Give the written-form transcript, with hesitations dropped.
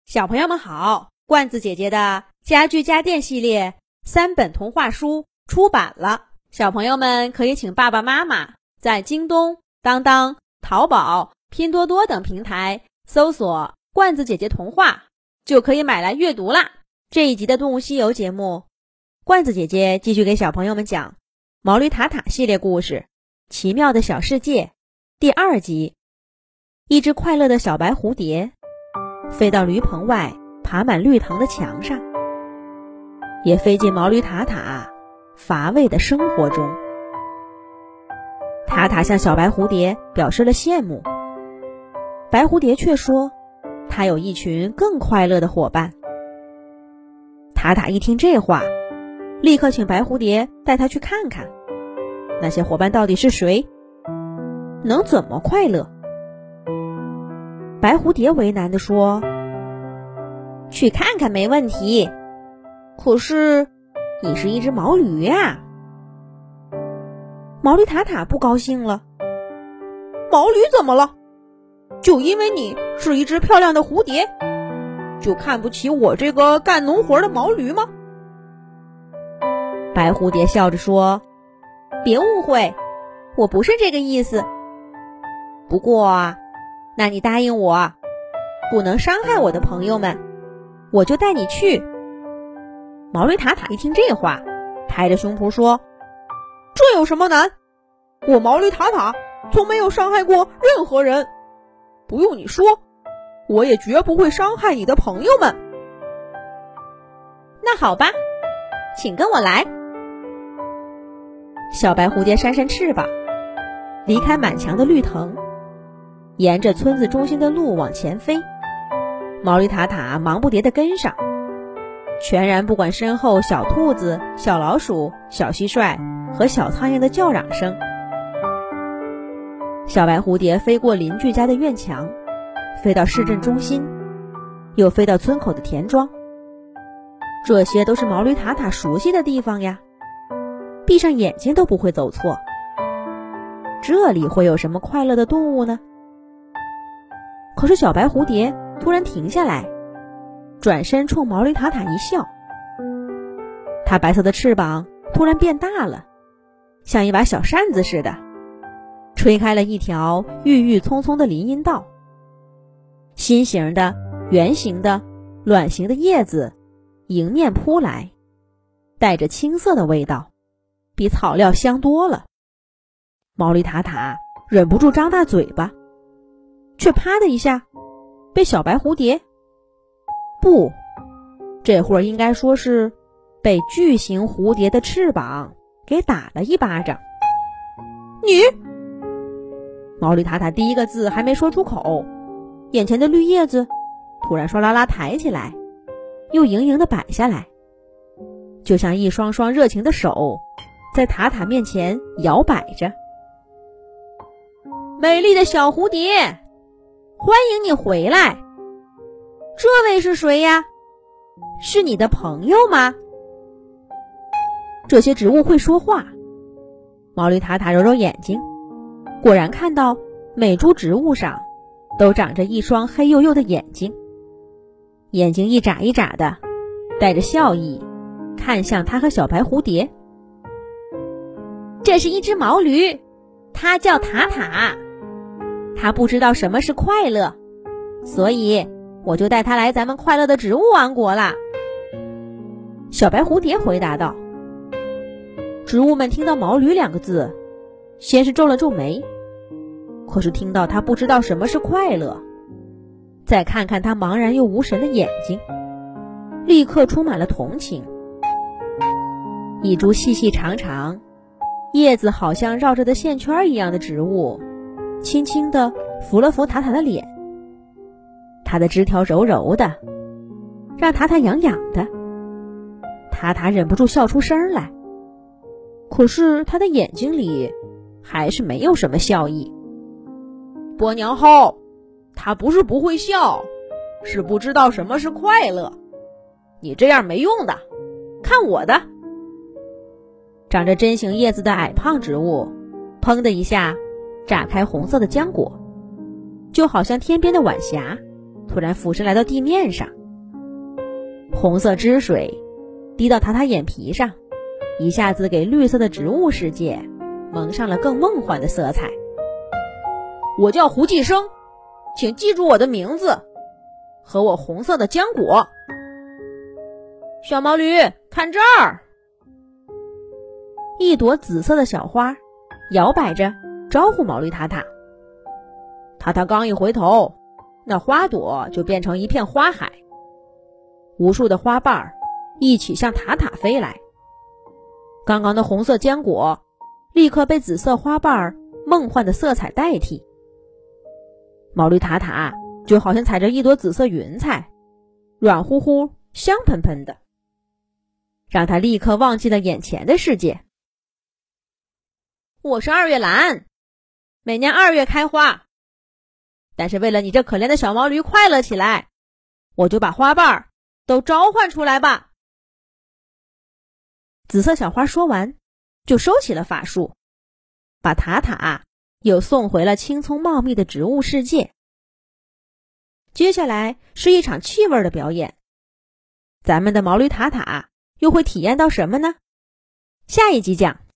小朋友们好，罐子姐姐的家具家电系列3本童话书出版了，小朋友们可以请爸爸妈妈在京东、当当、淘宝、拼多多等平台搜索罐子姐姐童话，就可以买来阅读啦。这一集的动物西游节目，罐子姐姐继续给小朋友们讲毛驴塔塔系列故事奇妙的小世界第2集。一只快乐的小白蝴蝶飞到驴棚外爬满绿藤的墙上，也飞进毛驴塔塔乏味的生活中。塔塔向小白蝴蝶表示了羡慕，白蝴蝶却说它有一群更快乐的伙伴。塔塔一听这话，立刻请白蝴蝶带他去看看那些伙伴到底是谁，能怎么快乐。白蝴蝶为难地说，去看看没问题，可是你是一只毛驴呀。毛驴塔塔不高兴了，毛驴怎么了？就因为你是一只漂亮的蝴蝶，就看不起我这个干农活的毛驴吗？白蝴蝶笑着说，别误会，我不是这个意思。不过那你答应我，不能伤害我的朋友们，我就带你去。毛驴塔塔一听这话，拍着胸脯说，这有什么难？我毛驴塔塔从没有伤害过任何人，不用你说，我也绝不会伤害你的朋友们。那好吧，请跟我来。小白蝴蝶扇扇翅膀，离开满墙的绿藤，沿着村子中心的路往前飞。毛驴塔塔忙不迭地跟上，全然不管身后小兔子、小老鼠、小蟋蟀和小苍蝇的叫嚷声。小白蝴蝶飞过邻居家的院墙，飞到市镇中心，又飞到村口的田庄。这些都是毛驴塔塔熟悉的地方呀，闭上眼睛都不会走错。这里会有什么快乐的动物呢？可是小白蝴蝶突然停下来，转身冲毛驴塔塔一笑。它白色的翅膀突然变大了，像一把小扇子似的，吹开了一条郁郁葱葱的林荫道。心形的、圆形的、卵形的叶子迎面扑来，带着青涩的味道，比草料香多了。毛驴塔塔忍不住张大嘴巴，却啪的一下被小白蝴蝶，不，这会儿应该说是被巨型蝴蝶的翅膀给打了一巴掌。你！毛驴塔塔第一个字还没说出口，眼前的绿叶子突然唰啦啦抬起来，又盈盈地摆下来，就像一双双热情的手在塔塔面前摇摆着。美丽的小蝴蝶，欢迎你回来。这位是谁呀？是你的朋友吗？这些植物会说话。毛驴塔塔揉揉眼睛，果然看到每株植物上都长着一双黑黝黝的眼睛，眼睛一眨一眨的，带着笑意看向他和小白蝴蝶。这是一只毛驴，它叫塔塔，它不知道什么是快乐，所以我就带它来咱们快乐的植物王国啦。小白蝴蝶回答道。植物们听到毛驴2个字，先是皱了皱眉，可是听到它不知道什么是快乐，再看看它茫然又无神的眼睛，立刻充满了同情。一株细细长长、叶子好像绕着的线圈一样的植物，轻轻地扶了扶塔塔的脸，它的枝条柔柔的，让塔塔痒痒的。塔塔忍不住笑出声来，可是他的眼睛里还是没有什么笑意。波娘号，他不是不会笑，是不知道什么是快乐。你这样没用的，看我的。长着针形叶子的矮胖植物，砰的一下炸开红色的浆果，就好像天边的晚霞突然俯身来到地面上。 红色汁水滴到塔塔眼皮上，一下子给绿色的植物世界蒙上了更梦幻的色彩。我叫胡继生，请记住我的名字和我红色的浆果。小毛驴，看这儿！一朵紫色的小花摇摆着招呼毛驴塔塔。塔塔刚一回头，那花朵就变成一片花海，无数的花瓣一起向塔塔飞来。刚刚的红色浆果立刻被紫色花瓣梦幻的色彩代替。毛驴塔塔就好像踩着一朵紫色云彩，软乎乎香喷喷的，让他立刻忘记了眼前的世界。我是2月兰，每年2月开花，但是为了你这可怜的小毛驴快乐起来，我就把花瓣都召唤出来吧。紫色小花说完，就收起了法术，把塔塔又送回了青葱茂密的植物世界。接下来是一场气味的表演，咱们的毛驴塔塔又会体验到什么呢？下一集讲。